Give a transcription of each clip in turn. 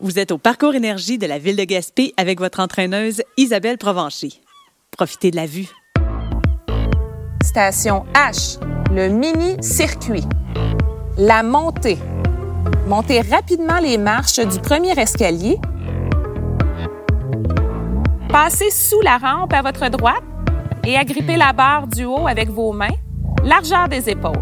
Vous êtes au Parcours Énergie de la Ville de Gaspé avec votre entraîneuse Isabelle Provencher. Profitez de la vue. Station H, le mini-circuit. La montée. Montez rapidement les marches du premier escalier. Passez sous la rampe à votre droite et agrippez la barre du haut avec vos mains, largeur des épaules.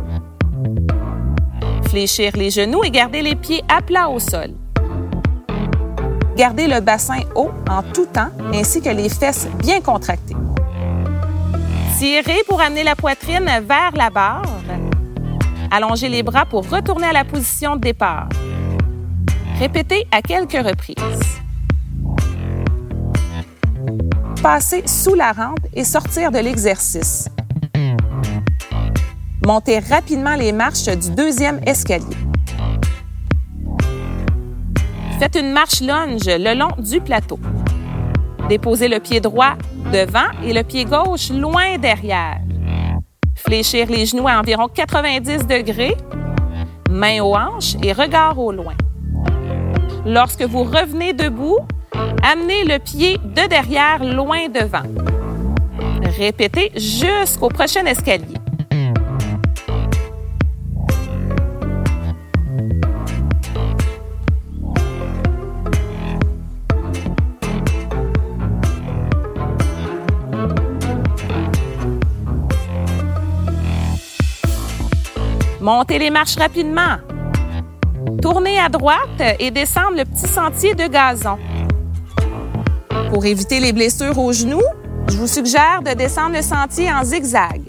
Fléchir les genoux et garder les pieds à plat au sol. Gardez le bassin haut en tout temps, ainsi que les fesses bien contractées. Tirez pour amener la poitrine vers la barre. Allongez les bras pour retourner à la position de départ. Répétez à quelques reprises. Passez sous la rampe et sortir de l'exercice. Montez rapidement les marches du deuxième escalier. Faites une marche lunge le long du plateau. Déposez le pied droit devant et le pied gauche loin derrière. Fléchir les genoux à environ 90 degrés, mains aux hanches et regard au loin. Lorsque vous revenez debout, amenez le pied de derrière loin devant. Répétez jusqu'au prochain escalier. Montez les marches rapidement. Tournez à droite et descendre le petit sentier de gazon. Pour éviter les blessures aux genoux, je vous suggère de descendre le sentier en zigzag.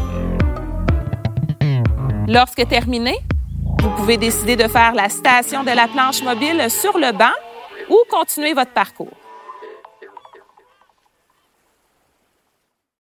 Lorsque terminé, vous pouvez décider de faire la station de la planche mobile sur le banc ou continuer votre parcours.